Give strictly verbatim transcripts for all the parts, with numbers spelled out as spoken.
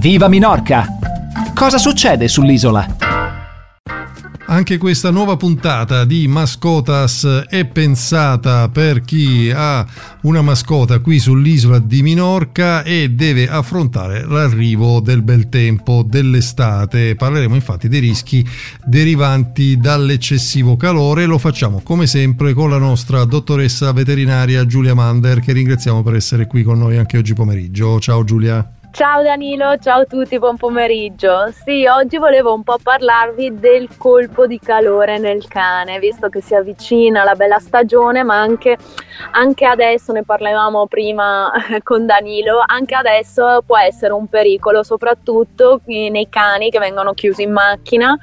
Viva Minorca! Cosa succede sull'isola? Anche questa nuova puntata di Mascotas è pensata per chi ha una mascota qui sull'isola di Minorca e deve affrontare l'arrivo del bel tempo, dell'estate. Parleremo infatti dei rischi derivanti dall'eccessivo calore. Lo facciamo come sempre con la nostra dottoressa veterinaria Giulia Mander, che ringraziamo per essere qui con noi anche oggi pomeriggio. Ciao Giulia. Ciao Danilo, ciao a tutti, buon pomeriggio. Sì, oggi volevo un po' parlarvi del colpo di calore nel cane, visto che si avvicina la bella stagione, ma anche, anche adesso, ne parlavamo prima con Danilo, anche adesso può essere un pericolo, soprattutto nei cani che vengono chiusi in macchina.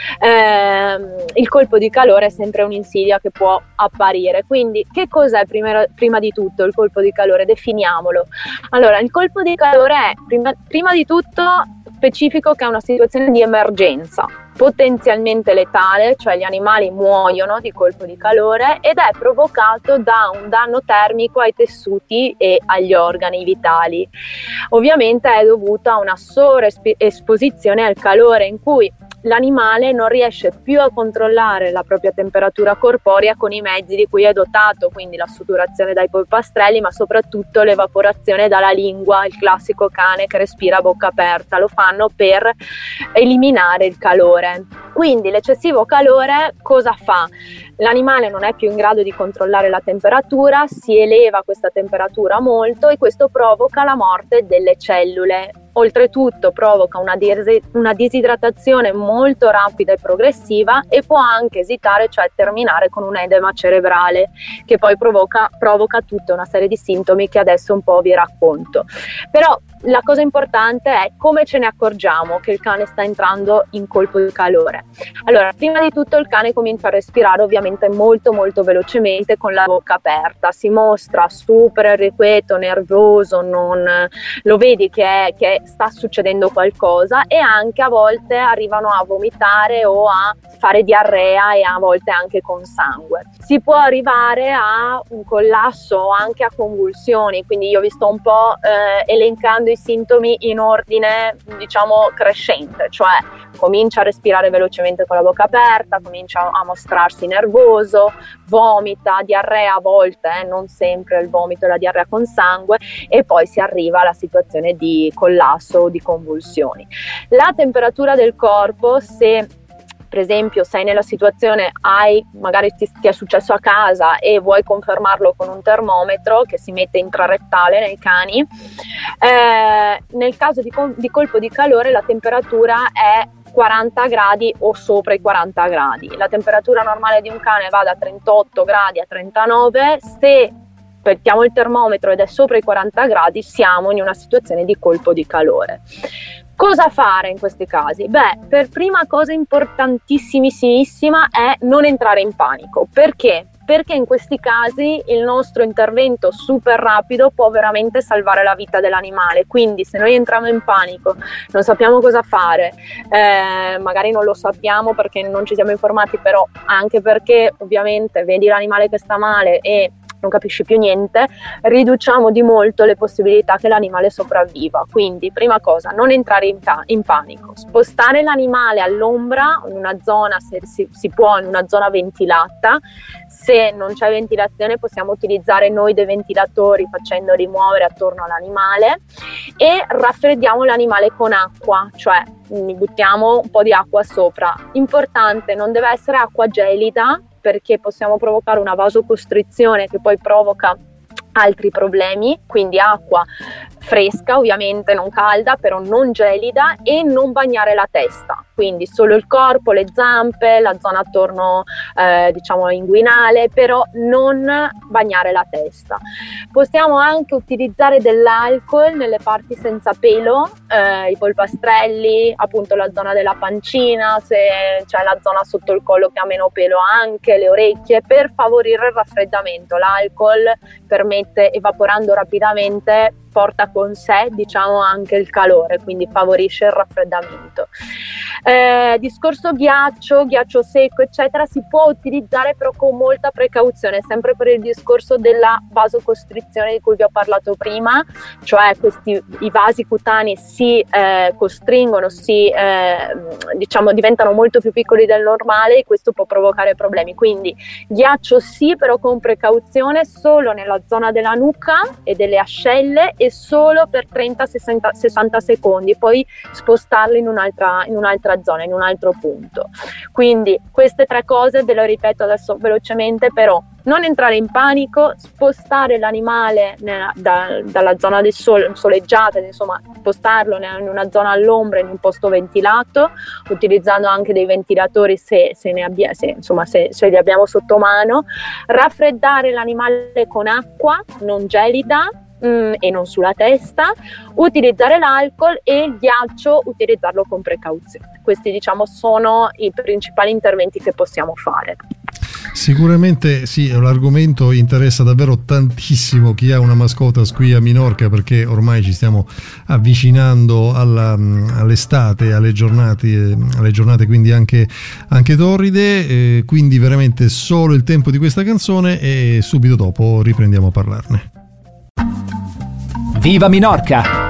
Eh, il colpo di calore è sempre un'insidia che può apparire, quindi che cos'è prima, prima di tutto il colpo di calore? Definiamolo. Allora, il colpo di calore è Prima, prima di tutto specifico che è una situazione di emergenza, potenzialmente letale, cioè gli animali muoiono di colpo di calore, ed è provocato da un danno termico ai tessuti e agli organi vitali. Ovviamente è dovuto a una sovraesposizione al calore, in cui l'animale non riesce più a controllare la propria temperatura corporea con i mezzi di cui è dotato, quindi la sudorazione dai polpastrelli, ma soprattutto l'evaporazione dalla lingua, il classico cane che respira a bocca aperta. Lo fanno per eliminare il calore. Quindi l'eccessivo calore cosa fa? L'animale non è più in grado di controllare la temperatura, si eleva questa temperatura molto e questo provoca la morte delle cellule. Oltretutto provoca una, dis- una disidratazione molto rapida e progressiva e può anche esitare, cioè terminare con un edema cerebrale, che poi provoca, provoca tutta una serie di sintomi che adesso un po' vi racconto. Però la cosa importante è come ce ne accorgiamo che il cane sta entrando in colpo di calore. Allora, prima di tutto il cane comincia a respirare ovviamente molto molto velocemente con la bocca aperta, si mostra super irrequieto, nervoso, non, lo vedi che, è, che sta succedendo qualcosa, e anche a volte arrivano a vomitare o a fare diarrea e a volte anche con sangue. Si può arrivare a un collasso o anche a convulsioni, quindi io vi sto un po' eh, elencando i sintomi in ordine, diciamo, crescente, cioè comincia a respirare velocemente con la bocca aperta, comincia a mostrarsi nervoso, vomita, diarrea a volte, eh, non sempre il vomito e la diarrea con sangue, e poi si arriva alla situazione di collasso o di convulsioni. La temperatura del corpo, se per esempio sei nella situazione, hai magari ti, ti è successo a casa e vuoi confermarlo con un termometro che si mette intrarettale nei cani, eh, nel caso di, di colpo di calore la temperatura è quaranta gradi o sopra i quaranta gradi. La temperatura normale di un cane va da trentotto gradi a trentanove, se mettiamo il termometro ed è sopra i quaranta gradi siamo in una situazione di colpo di calore. Cosa fare in questi casi? Beh, per prima cosa importantissimissima è non entrare in panico. Perché? Perché in questi casi il nostro intervento super rapido può veramente salvare la vita dell'animale. Quindi se noi entriamo in panico, non sappiamo cosa fare, eh, magari non lo sappiamo perché non ci siamo informati, però anche perché ovviamente vedi l'animale che sta male e non capisci più niente, riduciamo di molto le possibilità che l'animale sopravviva. Quindi prima cosa, non entrare in, pa- in panico, spostare l'animale all'ombra, in una zona, se si, si può, in una zona ventilata. Se non c'è ventilazione possiamo utilizzare noi dei ventilatori facendoli muovere attorno all'animale, e raffreddiamo l'animale con acqua, cioè buttiamo un po' di acqua sopra. Importante, non deve essere acqua gelida, perché possiamo provocare una vasocostrizione che poi provoca altri problemi, quindi acqua fresca, ovviamente non calda, però non gelida, e non bagnare la testa, quindi solo il corpo, le zampe, la zona attorno eh, diciamo inguinale, però non bagnare la testa. Possiamo anche utilizzare dell'alcol nelle parti senza pelo, eh, i polpastrelli, appunto la zona della pancina, se c'è la zona sotto il collo che ha meno pelo, anche le orecchie, per favorire il raffreddamento. L'alcol permette, evaporando rapidamente, porta con sé, diciamo, anche il calore, quindi favorisce il raffreddamento. Eh, discorso ghiaccio, ghiaccio secco eccetera, si può utilizzare però con molta precauzione, sempre per il discorso della vasocostrizione di cui vi ho parlato prima, cioè questi i vasi cutanei si eh, costringono, si eh, diciamo diventano molto più piccoli del normale e questo può provocare problemi. Quindi ghiaccio sì, però con precauzione, solo nella zona della nuca e delle ascelle e solo per trenta sessanta secondi, poi spostarlo in un'altra, in un'altra zona, in un altro punto. Quindi queste tre cose ve lo ripeto adesso velocemente, però non entrare in panico, spostare l'animale nella, da, dalla zona del sole, soleggiata, insomma spostarlo in una zona all'ombra, in un posto ventilato, utilizzando anche dei ventilatori se, se, ne abbia, se, insomma, se, se li abbiamo sotto mano, raffreddare l'animale con acqua non gelida, Mm, e non sulla testa, utilizzare l'alcol e il ghiaccio utilizzarlo con precauzione. Questi diciamo sono i principali interventi che possiamo fare. Sicuramente sì, l'argomento interessa davvero tantissimo chi ha una mascotas qui a Minorca, perché ormai ci stiamo avvicinando alla, all'estate, alle giornate, alle giornate quindi anche, anche torride, eh, quindi veramente solo il tempo di questa canzone e subito dopo riprendiamo a parlarne. Viva Minorca!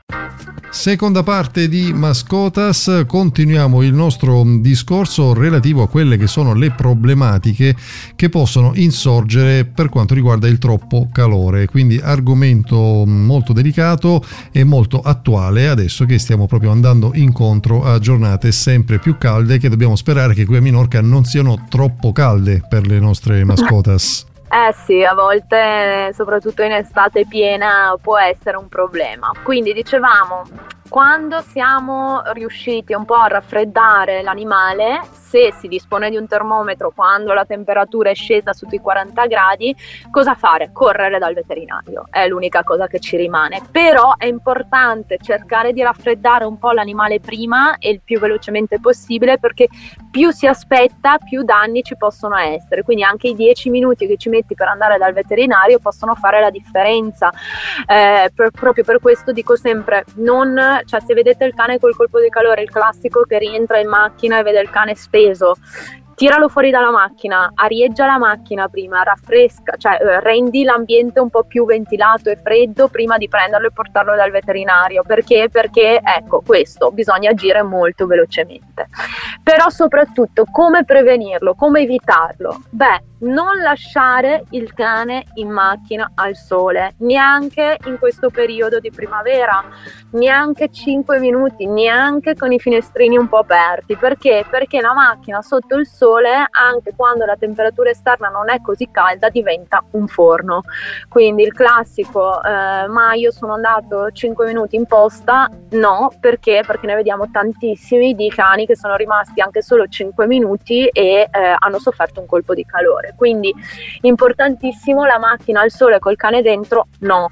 Seconda parte di Mascotas, continuiamo il nostro discorso relativo a quelle che sono le problematiche che possono insorgere per quanto riguarda il troppo calore, quindi argomento molto delicato e molto attuale adesso che stiamo proprio andando incontro a giornate sempre più calde, che dobbiamo sperare che qui a Minorca non siano troppo calde per le nostre mascotas. Eh sì, a volte, soprattutto in estate piena, può essere un problema. Quindi dicevamo, quando siamo riusciti un po' a raffreddare l'animale, se si dispone di un termometro quando la temperatura è scesa sotto i quaranta gradi, cosa fare? Correre dal veterinario, è l'unica cosa che ci rimane. Però è importante cercare di raffreddare un po' l'animale prima e il più velocemente possibile, perché più si aspetta più danni ci possono essere, quindi anche i dieci minuti che ci metti per andare dal veterinario possono fare la differenza. Eh, per, proprio per questo dico sempre, non, cioè se vedete il cane col colpo di calore, il classico che rientra in macchina e vede il cane speso, tiralo fuori dalla macchina, arieggia la macchina prima, raffresca, cioè eh, rendi l'ambiente un po' più ventilato e freddo prima di prenderlo e portarlo dal veterinario. Perché? Perché ecco, questo bisogna agire molto velocemente. Però soprattutto come prevenirlo, come evitarlo? Beh, non lasciare il cane in macchina al sole, neanche in questo periodo di primavera, neanche cinque minuti, neanche con i finestrini un po' aperti. Perché? Perché la macchina sotto il sole, anche quando la temperatura esterna non è così calda, diventa un forno. Quindi il classico eh, ma io sono andato cinque minuti in posta, no, perché? Perché ne vediamo tantissimi di cani che sono rimasti anche solo cinque minuti e eh, hanno sofferto un colpo di calore. Quindi importantissimo, la macchina al sole col cane dentro no,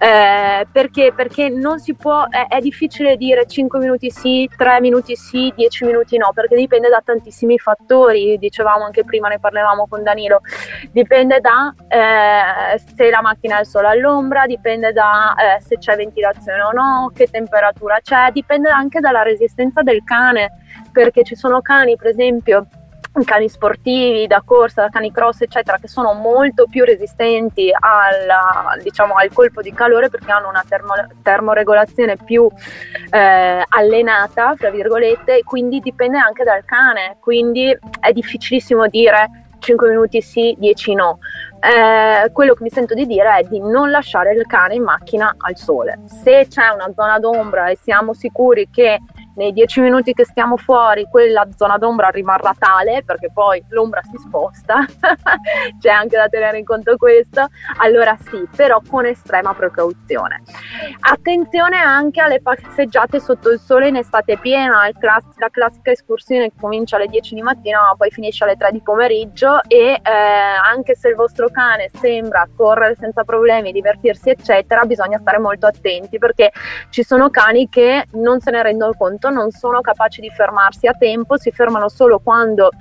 eh, perché? Perché non si può, è, è difficile dire cinque minuti sì, tre minuti sì, dieci minuti no, perché dipende da tantissimi fattori. Dicevamo anche prima, ne parlavamo con Danilo, dipende da eh, se la macchina è al sole all'ombra, dipende da eh, se c'è ventilazione o no, che temperatura c'è, dipende anche dalla resistenza del cane, perché ci sono cani, per esempio cani sportivi da corsa, cani cross eccetera, che sono molto più resistenti al, diciamo, al colpo di calore, perché hanno una termo, termoregolazione più eh, allenata, fra virgolette, e quindi dipende anche dal cane. Quindi è difficilissimo dire cinque minuti sì, dieci no. Eh, quello che mi sento di dire è di non lasciare il cane in macchina al sole. Se c'è una zona d'ombra e siamo sicuri che nei dieci minuti che stiamo fuori quella zona d'ombra rimarrà tale, perché poi l'ombra si sposta, c'è anche da tenere in conto questo, allora sì, però con estrema precauzione. Attenzione anche alle passeggiate sotto il sole in estate piena, il class- la classica escursione che comincia alle dieci di mattina ma poi finisce alle tre di pomeriggio, e eh, anche se il vostro cane sembra correre senza problemi, divertirsi eccetera, bisogna stare molto attenti, perché ci sono cani che non se ne rendono conto, non sono capaci di fermarsi a tempo, si fermano solo quando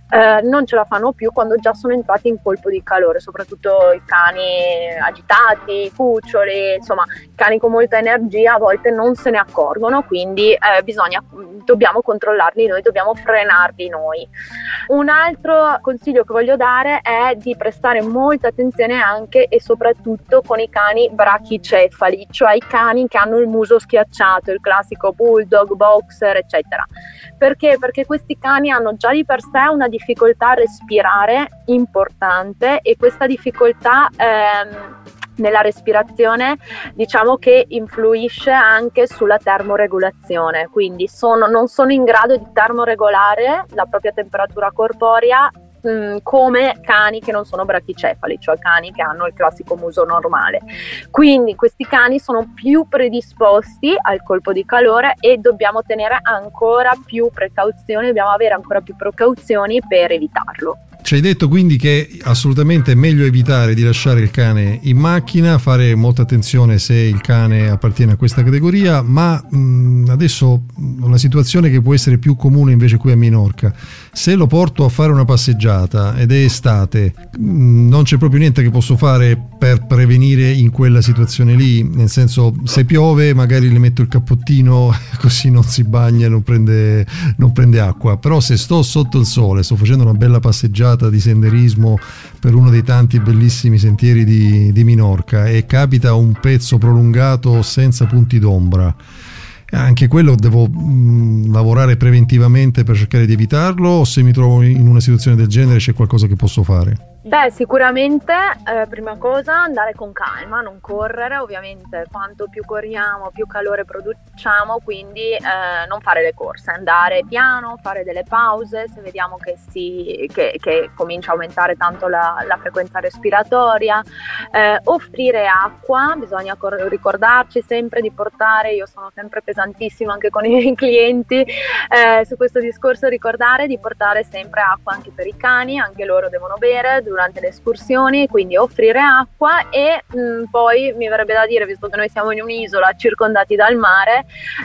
eh, non ce la fanno più quando già sono entrati in colpo di calore, soprattutto i cani agitati, i cuccioli, insomma cani con molta energia a volte non se ne accorgono, quindi eh, bisogna, dobbiamo controllarli noi, dobbiamo frenarli noi. Un altro consiglio che voglio dare è di prestare molta attenzione anche e soprattutto con i cani brachicefali, cioè i cani che hanno il muso schiacciato, il classico bulldog, boxer, eccetera. Perché? Perché questi cani hanno già di per sé una difficoltà a respirare importante, e questa difficoltà ehm, nella respirazione diciamo che influisce anche sulla termoregolazione, quindi sono, non sono in grado di termoregolare la propria temperatura corporea mh, come cani che non sono brachicefali, cioè cani che hanno il classico muso normale. Quindi questi cani sono più predisposti al colpo di calore e dobbiamo tenere ancora più precauzioni, dobbiamo avere ancora più precauzioni per evitarlo. Ci hai detto quindi che assolutamente è meglio evitare di lasciare il cane in macchina, fare molta attenzione se il cane appartiene a questa categoria, ma mh, adesso una situazione che può essere più comune invece qui a Minorca: se lo porto a fare una passeggiata ed è estate, mh, non c'è proprio niente che posso fare per prevenire in quella situazione lì, nel senso, se piove magari le metto il cappottino così non si bagna e non prende, non prende acqua, però se sto sotto il sole, sto facendo una bella passeggiata di senderismo per uno dei tanti bellissimi sentieri di, di Minorca e capita un pezzo prolungato senza punti d'ombra, anche quello devo mh, lavorare preventivamente per cercare di evitarlo, o se mi trovo in una situazione del genere c'è qualcosa che posso fare? Beh, sicuramente eh, prima cosa andare con calma, non correre, ovviamente quanto più corriamo più calore produciamo, quindi eh, non fare le corse, andare piano, fare delle pause se vediamo che, si, che, che comincia a aumentare tanto la, la frequenza respiratoria, eh, offrire acqua, bisogna cor- ricordarci sempre di portare, io sono sempre pesantissima anche con i miei clienti eh, su questo discorso, ricordare di portare sempre acqua anche per i cani, anche loro devono bere durante le escursioni, quindi offrire acqua e mh, poi mi verrebbe da dire, visto che noi siamo in un'isola circondati dal mare,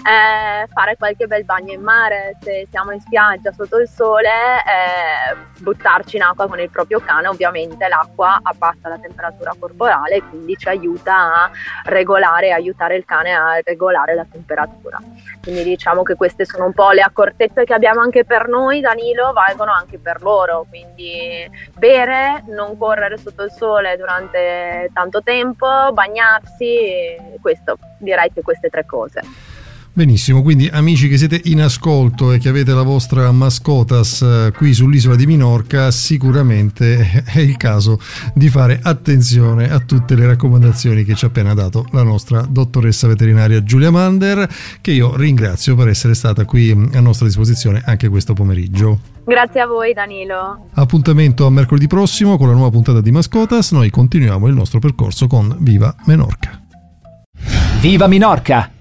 eh, fare qualche bel bagno in mare, se siamo in spiaggia sotto il sole, eh, buttarci in acqua con il proprio cane, ovviamente l'acqua abbassa la temperatura corporale e quindi ci aiuta a regolare, aiutare il cane a regolare la temperatura. Quindi diciamo che queste sono un po' le accortezze che abbiamo anche per noi, Danilo, valgono anche per loro, quindi bere, non correre sotto il sole durante tanto tempo, bagnarsi, questo, direi che queste tre cose. Benissimo, quindi amici che siete in ascolto e che avete la vostra mascotas qui sull'isola di Minorca, sicuramente è il caso di fare attenzione a tutte le raccomandazioni che ci ha appena dato la nostra dottoressa veterinaria Giulia Mander, che io ringrazio per essere stata qui a nostra disposizione anche questo pomeriggio. Grazie a voi, Danilo. Appuntamento a mercoledì prossimo con la nuova puntata di Mascotas. Noi continuiamo il nostro percorso con Viva Minorca. Viva Minorca!